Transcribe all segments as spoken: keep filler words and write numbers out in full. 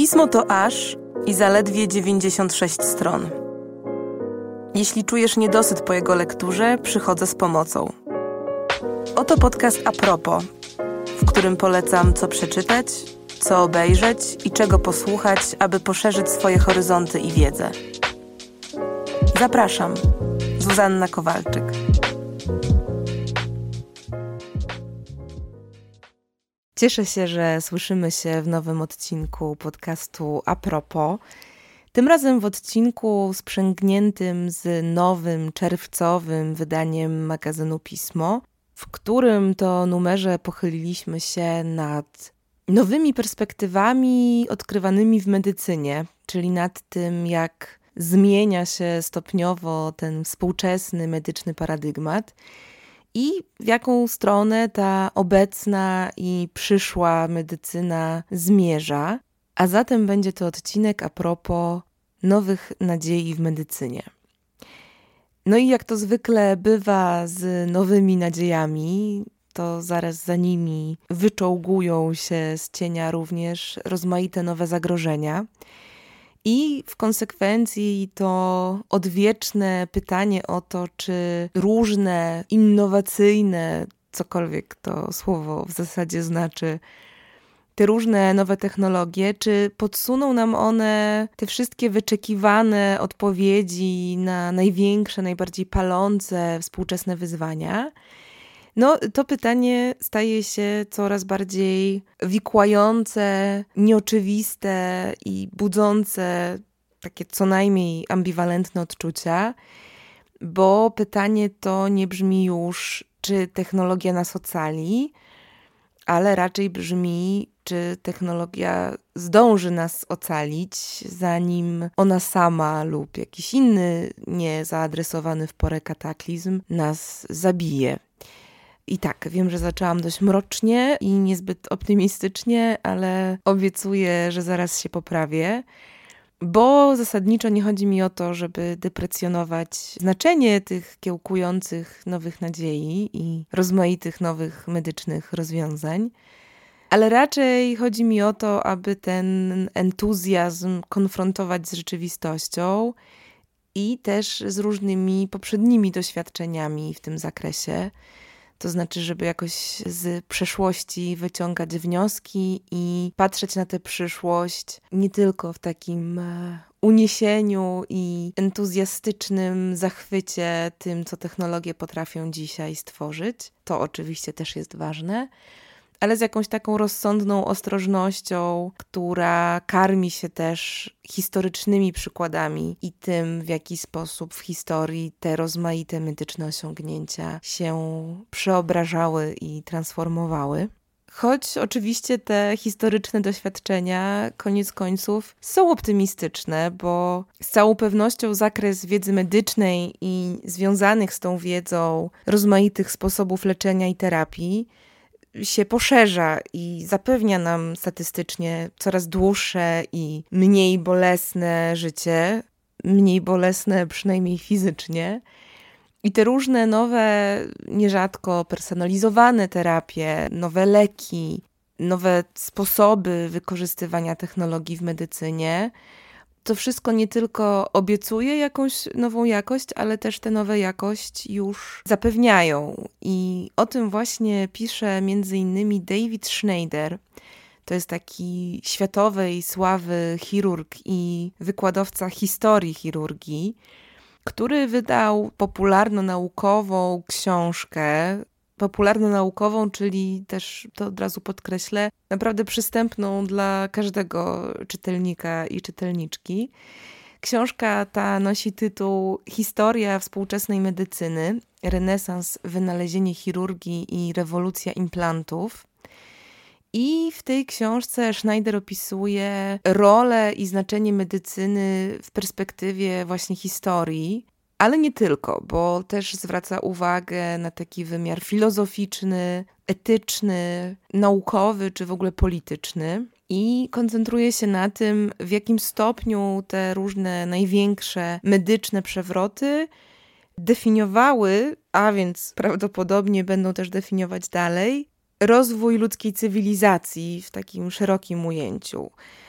Pismo to aż i zaledwie dziewięćdziesiąt sześć stron. Jeśli czujesz niedosyt po jego lekturze, przychodzę z pomocą. Oto podcast A propos, w którym polecam co przeczytać, co obejrzeć i czego posłuchać, aby poszerzyć swoje horyzonty i wiedzę. Zapraszam, Zuzanna Kowalczyk. Cieszę się, że słyszymy się w nowym odcinku podcastu A propos. Tym razem w odcinku sprzęgniętym z nowym, czerwcowym wydaniem magazynu Pismo, w którym to numerze pochyliliśmy się nad nowymi perspektywami odkrywanymi w medycynie, czyli nad tym, jak zmienia się stopniowo ten współczesny medyczny paradygmat i w jaką stronę ta obecna i przyszła medycyna zmierza. A zatem będzie to odcinek a propos nowych nadziei w medycynie. No i jak to zwykle bywa z nowymi nadziejami, to zaraz za nimi wyczołgują się z cienia również rozmaite nowe zagrożenia. I w konsekwencji to odwieczne pytanie o to, czy różne, innowacyjne, cokolwiek to słowo w zasadzie znaczy, te różne nowe technologie, czy podsuną nam one te wszystkie wyczekiwane odpowiedzi na największe, najbardziej palące współczesne wyzwania? No, to pytanie staje się coraz bardziej wikłające, nieoczywiste i budzące takie co najmniej ambiwalentne odczucia, bo pytanie to nie brzmi już, czy technologia nas ocali, ale raczej brzmi, czy technologia zdąży nas ocalić, zanim ona sama lub jakiś inny, niezaadresowany w porę kataklizm nas zabije. I tak, wiem, że zaczęłam dość mrocznie i niezbyt optymistycznie, ale obiecuję, że zaraz się poprawię, bo zasadniczo nie chodzi mi o to, żeby deprecjonować znaczenie tych kiełkujących nowych nadziei i rozmaitych nowych medycznych rozwiązań, ale raczej chodzi mi o to, aby ten entuzjazm konfrontować z rzeczywistością i też z różnymi poprzednimi doświadczeniami w tym zakresie. To znaczy, żeby jakoś z przeszłości wyciągać wnioski i patrzeć na tę przyszłość nie tylko w takim uniesieniu i entuzjastycznym zachwycie tym, co technologie potrafią dzisiaj stworzyć. To oczywiście też jest ważne, ale z jakąś taką rozsądną ostrożnością, która karmi się też historycznymi przykładami i tym, w jaki sposób w historii te rozmaite medyczne osiągnięcia się przeobrażały i transformowały. Choć oczywiście te historyczne doświadczenia koniec końców są optymistyczne, bo z całą pewnością zakres wiedzy medycznej i związanych z tą wiedzą rozmaitych sposobów leczenia i terapii się poszerza i zapewnia nam statystycznie coraz dłuższe i mniej bolesne życie, mniej bolesne przynajmniej fizycznie. I te różne nowe, nierzadko personalizowane terapie, nowe leki, nowe sposoby wykorzystywania technologii w medycynie, to wszystko nie tylko obiecuje jakąś nową jakość, ale też tę nową jakość już zapewniają. I o tym właśnie pisze między innymi David Schneider. To jest taki światowej sławy chirurg i wykładowca historii chirurgii, który wydał popularno-naukową książkę, popularno-naukową, czyli też to od razu podkreślę, naprawdę przystępną dla każdego czytelnika i czytelniczki. Książka ta nosi tytuł Historia współczesnej medycyny, renesans, wynalezienie chirurgii i rewolucja implantów. I w tej książce Schneider opisuje rolę i znaczenie medycyny w perspektywie właśnie historii, ale nie tylko, bo też zwraca uwagę na taki wymiar filozoficzny, etyczny, naukowy czy w ogóle polityczny i koncentruje się na tym, w jakim stopniu te różne największe medyczne przewroty definiowały, a więc prawdopodobnie będą też definiować dalej, rozwój ludzkiej cywilizacji w takim szerokim ujęciu.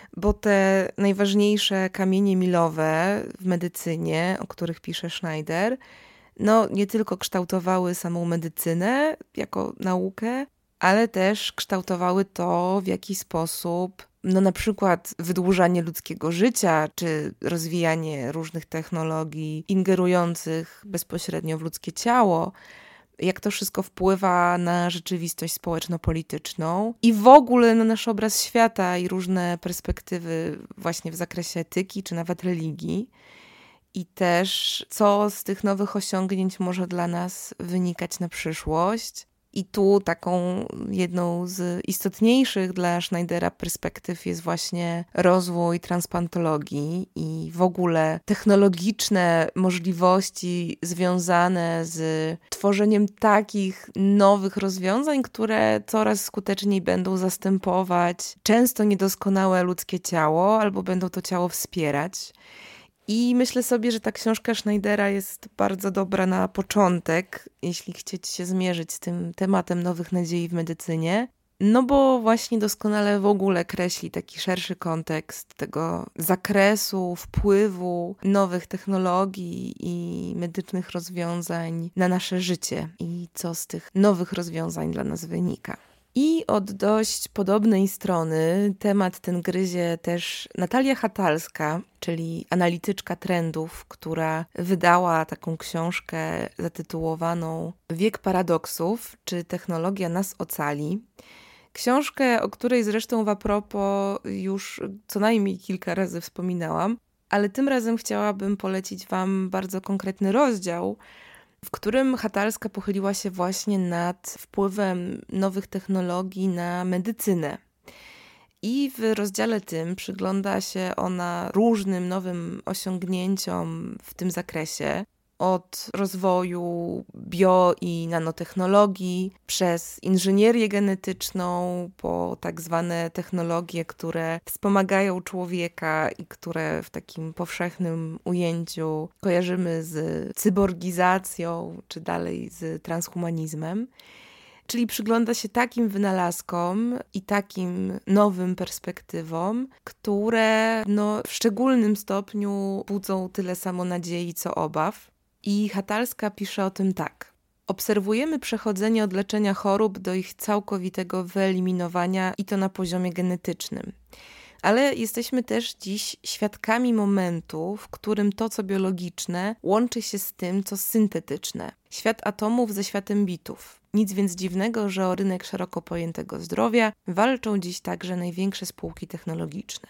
bo te najważniejsze kamienie milowe w medycynie, o których pisze Schneider, no nie tylko kształtowały samą medycynę jako naukę, ale też kształtowały to, w jaki sposób no na przykład wydłużanie ludzkiego życia, czy rozwijanie różnych technologii ingerujących bezpośrednio w ludzkie ciało, jak to wszystko wpływa na rzeczywistość społeczno-polityczną i w ogóle na nasz obraz świata i różne perspektywy właśnie w zakresie etyki, czy nawet religii. I też co z tych nowych osiągnięć może dla nas wynikać na przyszłość. I tu taką jedną z istotniejszych dla Schneidera perspektyw jest właśnie rozwój transplantologii i w ogóle technologiczne możliwości związane z tworzeniem takich nowych rozwiązań, które coraz skuteczniej będą zastępować często niedoskonałe ludzkie ciało albo będą to ciało wspierać. I myślę sobie, że ta książka Schneidera jest bardzo dobra na początek, jeśli chcecie się zmierzyć z tym tematem nowych nadziei w medycynie. No bo właśnie doskonale w ogóle kreśli taki szerszy kontekst tego zakresu, wpływu nowych technologii i medycznych rozwiązań na nasze życie i co z tych nowych rozwiązań dla nas wynika. I od dość podobnej strony temat ten gryzie też Natalia Hatalska, czyli analityczka trendów, która wydała taką książkę zatytułowaną Wiek paradoksów, czy technologia nas ocali. Książkę, o której zresztą w apropos już co najmniej kilka razy wspominałam, ale tym razem chciałabym polecić Wam bardzo konkretny rozdział, w którym Hatalska pochyliła się właśnie nad wpływem nowych technologii na medycynę. I w rozdziale tym przygląda się ona różnym nowym osiągnięciom w tym zakresie, od rozwoju bio- i nanotechnologii, przez inżynierię genetyczną, po tak zwane technologie, które wspomagają człowieka i które w takim powszechnym ujęciu kojarzymy z cyborgizacją, czy dalej z transhumanizmem. Czyli przygląda się takim wynalazkom i takim nowym perspektywom, które no, w szczególnym stopniu budzą tyle samo nadziei, co obaw. I Hatalska pisze o tym tak. Obserwujemy przechodzenie od leczenia chorób do ich całkowitego wyeliminowania i to na poziomie genetycznym. Ale jesteśmy też dziś świadkami momentu, w którym to, co biologiczne, łączy się z tym, co syntetyczne. Świat atomów ze światem bitów. Nic więc dziwnego, że o rynek szeroko pojętego zdrowia walczą dziś także największe spółki technologiczne.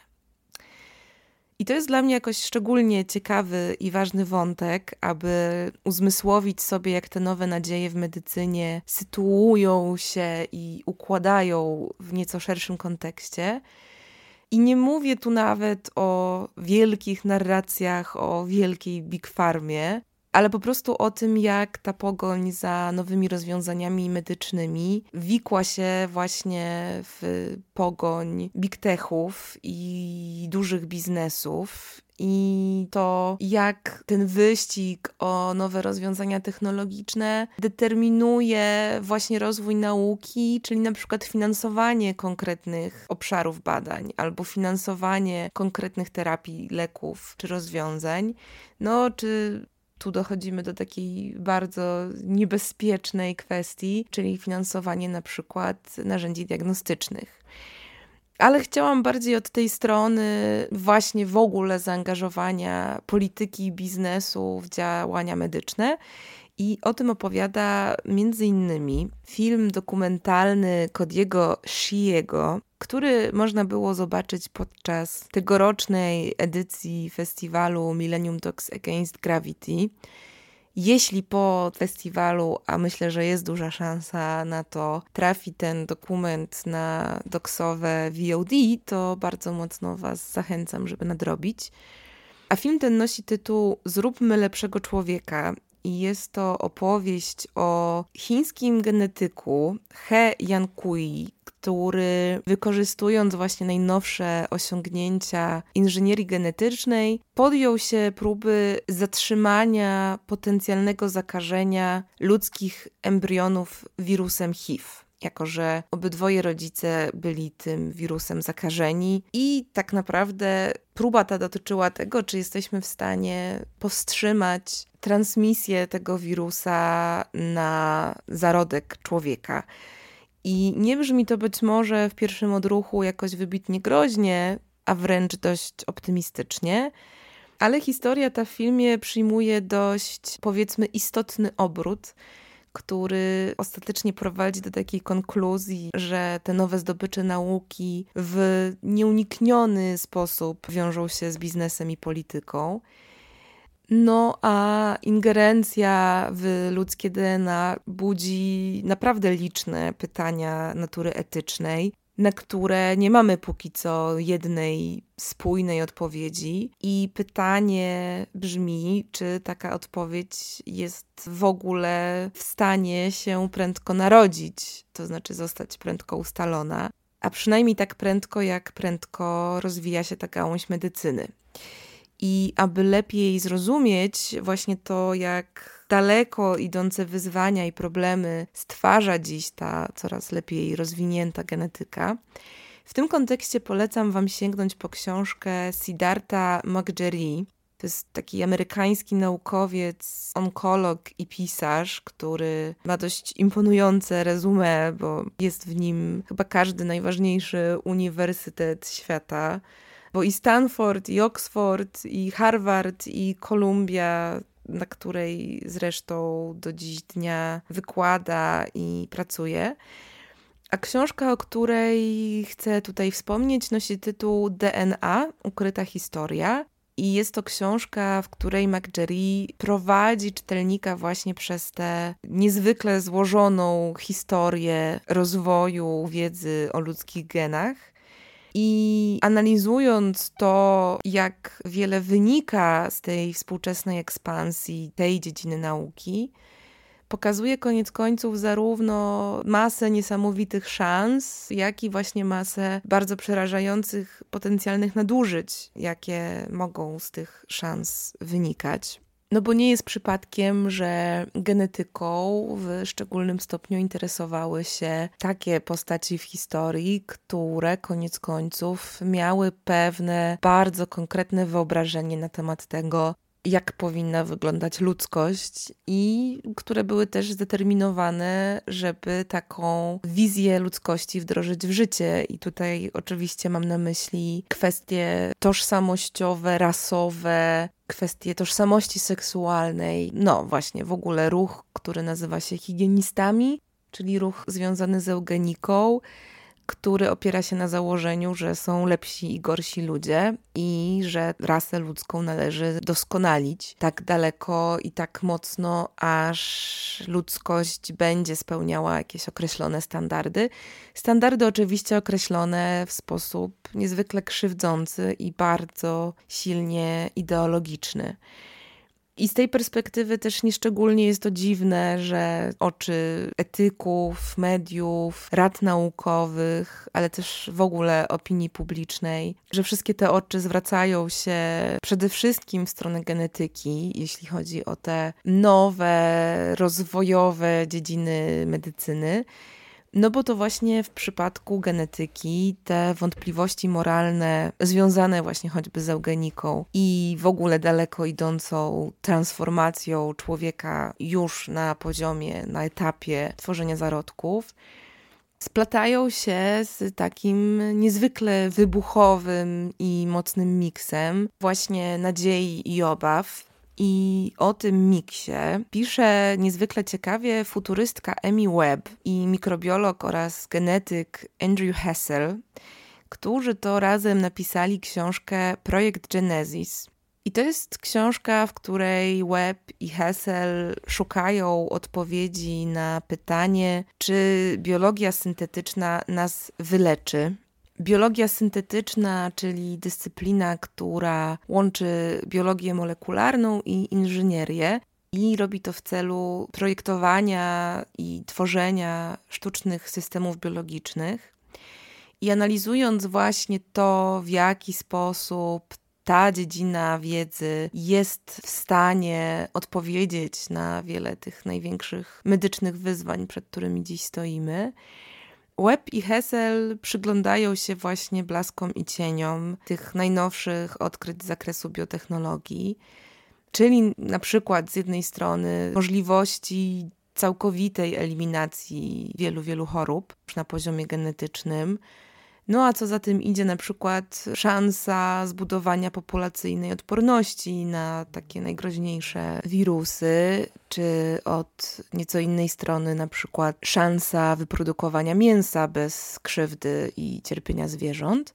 I to jest dla mnie jakoś szczególnie ciekawy i ważny wątek, aby uzmysłowić sobie, jak te nowe nadzieje w medycynie sytuują się i układają w nieco szerszym kontekście. I nie mówię tu nawet o wielkich narracjach, o wielkiej Big Pharmie, ale po prostu o tym, jak ta pogoń za nowymi rozwiązaniami medycznymi wikła się właśnie w pogoń big techów i dużych biznesów. I to, jak ten wyścig o nowe rozwiązania technologiczne determinuje właśnie rozwój nauki, czyli na przykład finansowanie konkretnych obszarów badań albo finansowanie konkretnych terapii, leków czy rozwiązań. No, czy tu dochodzimy do takiej bardzo niebezpiecznej kwestii, czyli finansowanie na przykład narzędzi diagnostycznych. Ale chciałam bardziej od tej strony właśnie w ogóle zaangażowania polityki i biznesu w działania medyczne. I o tym opowiada między innymi film dokumentalny Cody'ego Shee'ego, który można było zobaczyć podczas tegorocznej edycji festiwalu Millennium Docs Against Gravity. Jeśli po festiwalu, a myślę, że jest duża szansa na to, trafi ten dokument na doksowe V O D, to bardzo mocno Was zachęcam, żeby nadrobić. A film ten nosi tytuł Zróbmy lepszego człowieka i jest to opowieść o chińskim genetyku He Jiankui, który wykorzystując właśnie najnowsze osiągnięcia inżynierii genetycznej, podjął się próby zatrzymania potencjalnego zakażenia ludzkich embrionów wirusem H I V. jako że obydwoje rodzice byli tym wirusem zakażeni i tak naprawdę próba ta dotyczyła tego, czy jesteśmy w stanie powstrzymać transmisję tego wirusa na zarodek człowieka. I nie brzmi to być może w pierwszym odruchu jakoś wybitnie groźnie, a wręcz dość optymistycznie, ale historia ta w filmie przyjmuje dość, powiedzmy, istotny obrót, który ostatecznie prowadzi do takiej konkluzji, że te nowe zdobycze nauki w nieunikniony sposób wiążą się z biznesem i polityką. No a ingerencja w ludzkie D N A budzi naprawdę liczne pytania natury etycznej, na które nie mamy póki co jednej spójnej odpowiedzi. I pytanie brzmi, czy taka odpowiedź jest w ogóle w stanie się prędko narodzić, to znaczy zostać prędko ustalona, a przynajmniej tak prędko, jak prędko rozwija się ta gałąź medycyny. I aby lepiej zrozumieć właśnie to, jak daleko idące wyzwania i problemy stwarza dziś ta coraz lepiej rozwinięta genetyka, w tym kontekście polecam wam sięgnąć po książkę Siddhartha Mukherjee. To jest taki amerykański naukowiec, onkolog i pisarz, który ma dość imponujące resume, bo jest w nim chyba każdy najważniejszy uniwersytet świata. Bo i Stanford, i Oxford, i Harvard, i Columbia, na której zresztą do dziś dnia wykłada i pracuje. A książka, o której chcę tutaj wspomnieć, nosi tytuł D N A – Ukryta historia. I jest to książka, w której Mukherjee prowadzi czytelnika właśnie przez tę niezwykle złożoną historię rozwoju wiedzy o ludzkich genach. I analizując to, jak wiele wynika z tej współczesnej ekspansji tej dziedziny nauki, pokazuje koniec końców zarówno masę niesamowitych szans, jak i właśnie masę bardzo przerażających potencjalnych nadużyć, jakie mogą z tych szans wynikać. No bo nie jest przypadkiem, że genetyką w szczególnym stopniu interesowały się takie postaci w historii, które koniec końców miały pewne bardzo konkretne wyobrażenie na temat tego, jak powinna wyglądać ludzkość i które były też zdeterminowane, żeby taką wizję ludzkości wdrożyć w życie. I tutaj oczywiście mam na myśli kwestie tożsamościowe, rasowe, kwestie tożsamości seksualnej. No właśnie, w ogóle ruch, który nazywa się higienistami, czyli ruch związany z eugeniką, który opiera się na założeniu, że są lepsi i gorsi ludzie i że rasę ludzką należy doskonalić tak daleko i tak mocno, aż ludzkość będzie spełniała jakieś określone standardy. Standardy oczywiście określone w sposób niezwykle krzywdzący i bardzo silnie ideologiczny. I z tej perspektywy też nieszczególnie jest to dziwne, że oczy etyków, mediów, rad naukowych, ale też w ogóle opinii publicznej, że wszystkie te oczy zwracają się przede wszystkim w stronę genetyki, jeśli chodzi o te nowe, rozwojowe dziedziny medycyny. No bo to właśnie w przypadku genetyki te wątpliwości moralne związane właśnie choćby z eugeniką i w ogóle daleko idącą transformacją człowieka już na poziomie, na etapie tworzenia zarodków, splatają się z takim niezwykle wybuchowym i mocnym miksem właśnie nadziei i obaw. I o tym miksie pisze niezwykle ciekawie futurystka Amy Webb i mikrobiolog oraz genetyk Andrew Hessel, którzy to razem napisali książkę Projekt Genesis. I to jest książka, w której Webb i Hessel szukają odpowiedzi na pytanie, czy biologia syntetyczna nas wyleczy. Biologia syntetyczna, czyli dyscyplina, która łączy biologię molekularną i inżynierię i robi to w celu projektowania i tworzenia sztucznych systemów biologicznych. I analizując właśnie to, w jaki sposób ta dziedzina wiedzy jest w stanie odpowiedzieć na wiele tych największych medycznych wyzwań, przed którymi dziś stoimy, Webb i Hessel przyglądają się właśnie blaskom i cieniom tych najnowszych odkryć z zakresu biotechnologii, czyli na przykład z jednej strony możliwości całkowitej eliminacji wielu, wielu chorób na poziomie genetycznym, no a co za tym idzie, na przykład szansa zbudowania populacyjnej odporności na takie najgroźniejsze wirusy, czy od nieco innej strony na przykład szansa wyprodukowania mięsa bez krzywdy i cierpienia zwierząt.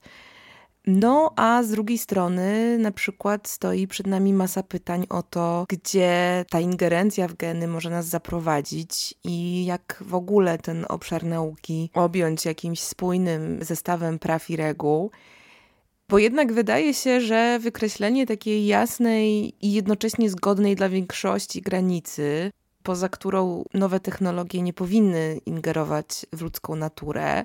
No a z drugiej strony na przykład stoi przed nami masa pytań o to, gdzie ta ingerencja w geny może nas zaprowadzić i jak w ogóle ten obszar nauki objąć jakimś spójnym zestawem praw i reguł. Bo jednak wydaje się, że wykreślenie takiej jasnej i jednocześnie zgodnej dla większości granicy, poza którą nowe technologie nie powinny ingerować w ludzką naturę,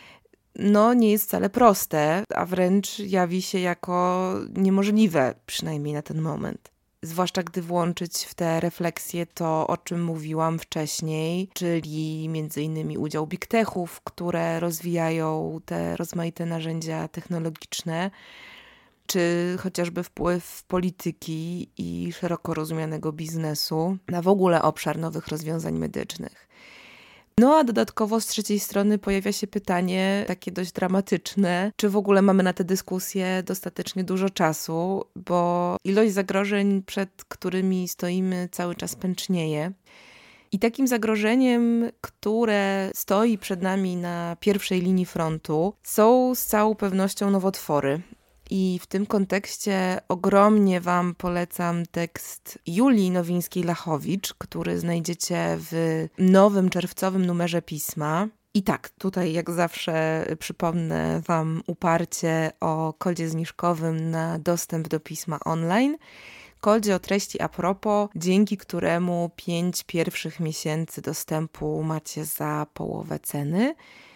no nie jest wcale proste, a wręcz jawi się jako niemożliwe, przynajmniej na ten moment. Zwłaszcza gdy włączyć w te refleksje to, o czym mówiłam wcześniej, czyli między innymi udział big techów, które rozwijają te rozmaite narzędzia technologiczne, czy chociażby wpływ polityki i szeroko rozumianego biznesu na w ogóle obszar nowych rozwiązań medycznych. No a dodatkowo z trzeciej strony pojawia się pytanie takie dość dramatyczne, czy w ogóle mamy na tę dyskusję dostatecznie dużo czasu, bo ilość zagrożeń, przed którymi stoimy, cały czas pęcznieje. I takim zagrożeniem, które stoi przed nami na pierwszej linii frontu, są z całą pewnością nowotwory. I w tym kontekście ogromnie Wam polecam tekst Julii Nowińskiej-Lachowicz, który znajdziecie w nowym czerwcowym numerze pisma. I tak, tutaj jak zawsze przypomnę Wam uparcie o kodzie zniżkowym na dostęp do pisma online. Kodzie o treści a propos, dzięki któremu pięć pierwszych miesięcy dostępu macie za połowę ceny.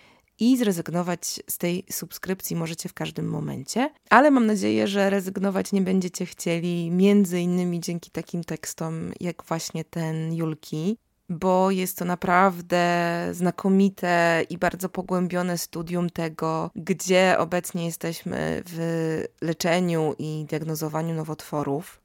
I zrezygnować z tej subskrypcji możecie w każdym momencie, ale mam nadzieję, że rezygnować nie będziecie chcieli między innymi dzięki takim tekstom jak właśnie ten Julki, bo jest to naprawdę znakomite i bardzo pogłębione studium tego, gdzie obecnie jesteśmy w leczeniu i diagnozowaniu nowotworów.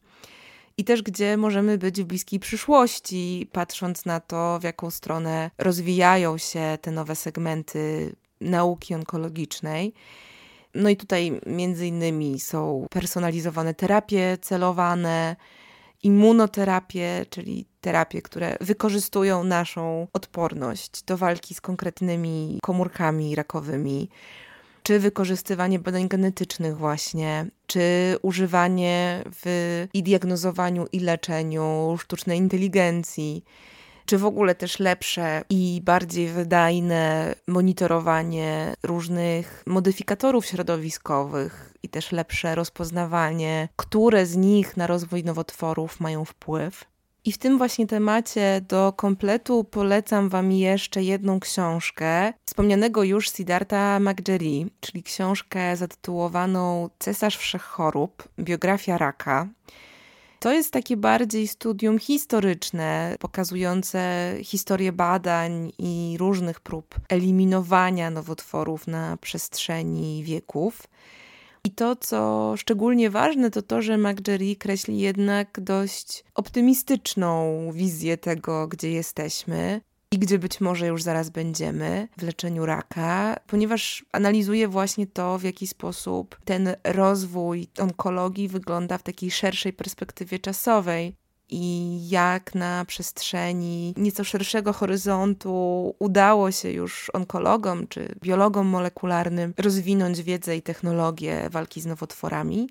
I też gdzie możemy być w bliskiej przyszłości, patrząc na to, w jaką stronę rozwijają się te nowe segmenty nauki onkologicznej. No i tutaj między innymi są personalizowane terapie celowane, immunoterapie, czyli terapie, które wykorzystują naszą odporność do walki z konkretnymi komórkami rakowymi, czy wykorzystywanie badań genetycznych właśnie, czy używanie w i diagnozowaniu i leczeniu sztucznej inteligencji, czy w ogóle też lepsze i bardziej wydajne monitorowanie różnych modyfikatorów środowiskowych i też lepsze rozpoznawanie, które z nich na rozwój nowotworów mają wpływ. I w tym właśnie temacie do kompletu polecam Wam jeszcze jedną książkę wspomnianego już Siddhartha Manjari, czyli książkę zatytułowaną Cesarz Wszechchorób, biografia raka. To jest takie bardziej studium historyczne, pokazujące historię badań i różnych prób eliminowania nowotworów na przestrzeni wieków. I to, co szczególnie ważne, to to, że Manjari kreśli jednak dość optymistyczną wizję tego, gdzie jesteśmy i gdzie być może już zaraz będziemy w leczeniu raka, ponieważ analizuje właśnie to, w jaki sposób ten rozwój onkologii wygląda w takiej szerszej perspektywie czasowej i jak na przestrzeni nieco szerszego horyzontu udało się już onkologom czy biologom molekularnym rozwinąć wiedzę i technologię walki z nowotworami.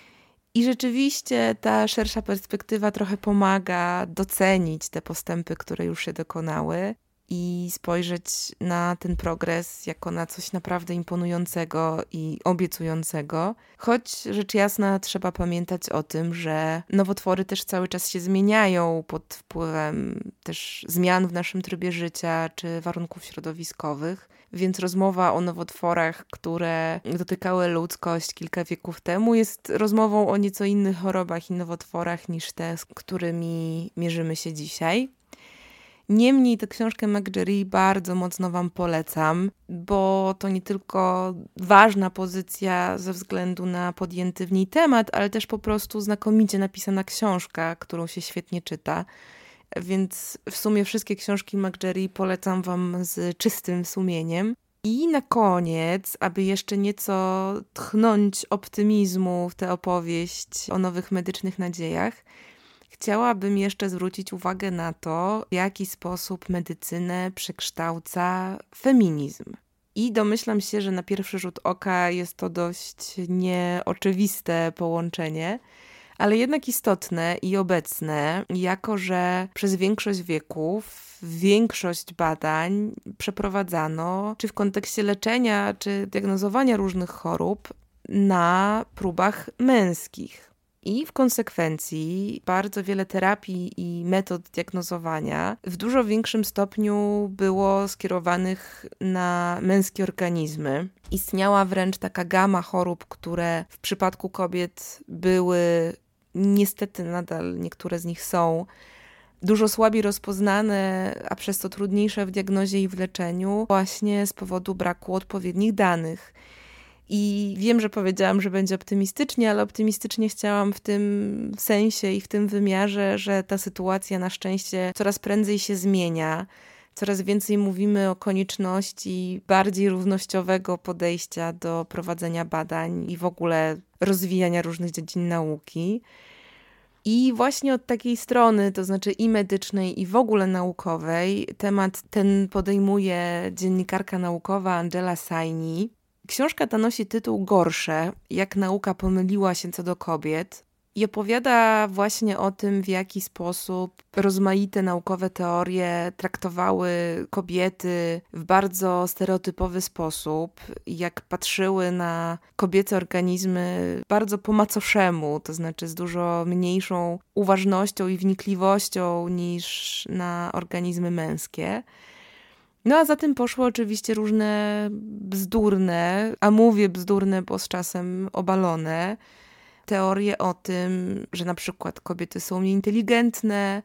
I rzeczywiście ta szersza perspektywa trochę pomaga docenić te postępy, które już się dokonały i spojrzeć na ten progres jako na coś naprawdę imponującego i obiecującego. Choć rzecz jasna trzeba pamiętać o tym, że nowotwory też cały czas się zmieniają pod wpływem też zmian w naszym trybie życia czy warunków środowiskowych. Więc rozmowa o nowotworach, które dotykały ludzkość kilka wieków temu, jest rozmową o nieco innych chorobach i nowotworach niż te, z którymi mierzymy się dzisiaj. Niemniej tę książkę McGerry bardzo mocno wam polecam, bo to nie tylko ważna pozycja ze względu na podjęty w niej temat, ale też po prostu znakomicie napisana książka, którą się świetnie czyta. Więc w sumie wszystkie książki McGerry polecam wam z czystym sumieniem. I na koniec, aby jeszcze nieco tchnąć optymizmu w tę opowieść o nowych medycznych nadziejach, chciałabym jeszcze zwrócić uwagę na to, w jaki sposób medycynę przekształca feminizm. I domyślam się, że na pierwszy rzut oka jest to dość nieoczywiste połączenie, ale jednak istotne i obecne, jako że przez większość wieków większość badań przeprowadzano, czy w kontekście leczenia, czy diagnozowania różnych chorób, na próbach męskich. I w konsekwencji bardzo wiele terapii i metod diagnozowania w dużo większym stopniu było skierowanych na męskie organizmy. Istniała wręcz taka gama chorób, które w przypadku kobiet były, niestety nadal niektóre z nich są, dużo słabiej rozpoznane, a przez to trudniejsze w diagnozie i w leczeniu, właśnie z powodu braku odpowiednich danych. I wiem, że powiedziałam, że będzie optymistycznie, ale optymistycznie chciałam w tym sensie i w tym wymiarze, że ta sytuacja na szczęście coraz prędzej się zmienia. Coraz więcej mówimy o konieczności bardziej równościowego podejścia do prowadzenia badań i w ogóle rozwijania różnych dziedzin nauki. I właśnie od takiej strony, to znaczy i medycznej, i w ogóle naukowej, temat ten podejmuje dziennikarka naukowa Angela Saini. Książka ta nosi tytuł Gorsze, jak nauka pomyliła się co do kobiet i opowiada właśnie o tym, w jaki sposób rozmaite naukowe teorie traktowały kobiety w bardzo stereotypowy sposób, jak patrzyły na kobiece organizmy bardzo po macoszemu, to znaczy z dużo mniejszą uważnością i wnikliwością niż na organizmy męskie. No a za tym poszły oczywiście różne bzdurne, a mówię bzdurne, bo z czasem obalone, teorie o tym, że na przykład kobiety są mniej inteligentne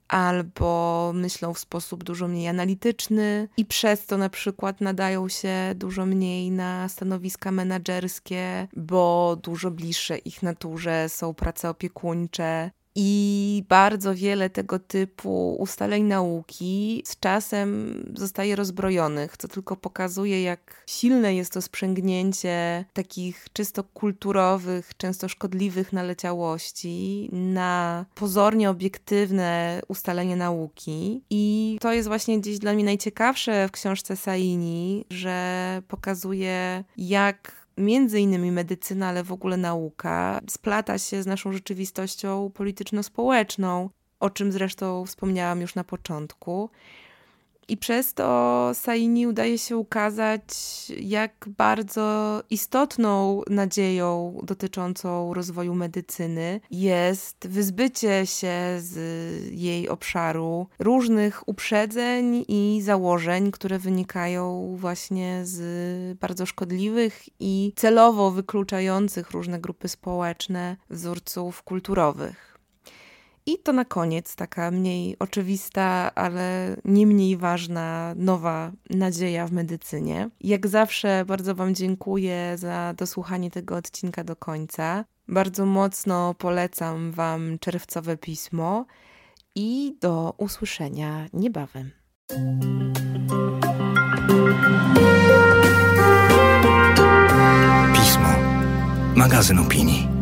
albo myślą w sposób dużo mniej analityczny i przez to na przykład nadają się dużo mniej na stanowiska menadżerskie, bo dużo bliższe ich naturze są prace opiekuńcze. I bardzo wiele tego typu ustaleń nauki z czasem zostaje rozbrojonych, co tylko pokazuje, jak silne jest to sprzęgnięcie takich czysto kulturowych, często szkodliwych naleciałości na pozornie obiektywne ustalenie nauki. I to jest właśnie gdzieś dla mnie najciekawsze w książce Saini, że pokazuje, jak między innymi medycyna, ale w ogóle nauka splata się z naszą rzeczywistością polityczno-społeczną, o czym zresztą wspomniałam już na początku. I przez to Saini udaje się ukazać, jak bardzo istotną nadzieją dotyczącą rozwoju medycyny jest wyzbycie się z jej obszaru różnych uprzedzeń i założeń, które wynikają właśnie z bardzo szkodliwych i celowo wykluczających różne grupy społeczne wzorców kulturowych. I to na koniec taka mniej oczywista, ale nie mniej ważna nowa nadzieja w medycynie. Jak zawsze bardzo wam dziękuję za dosłuchanie tego odcinka do końca. Bardzo mocno polecam wam czerwcowe pismo i do usłyszenia niebawem. Pismo. Magazyn opinii.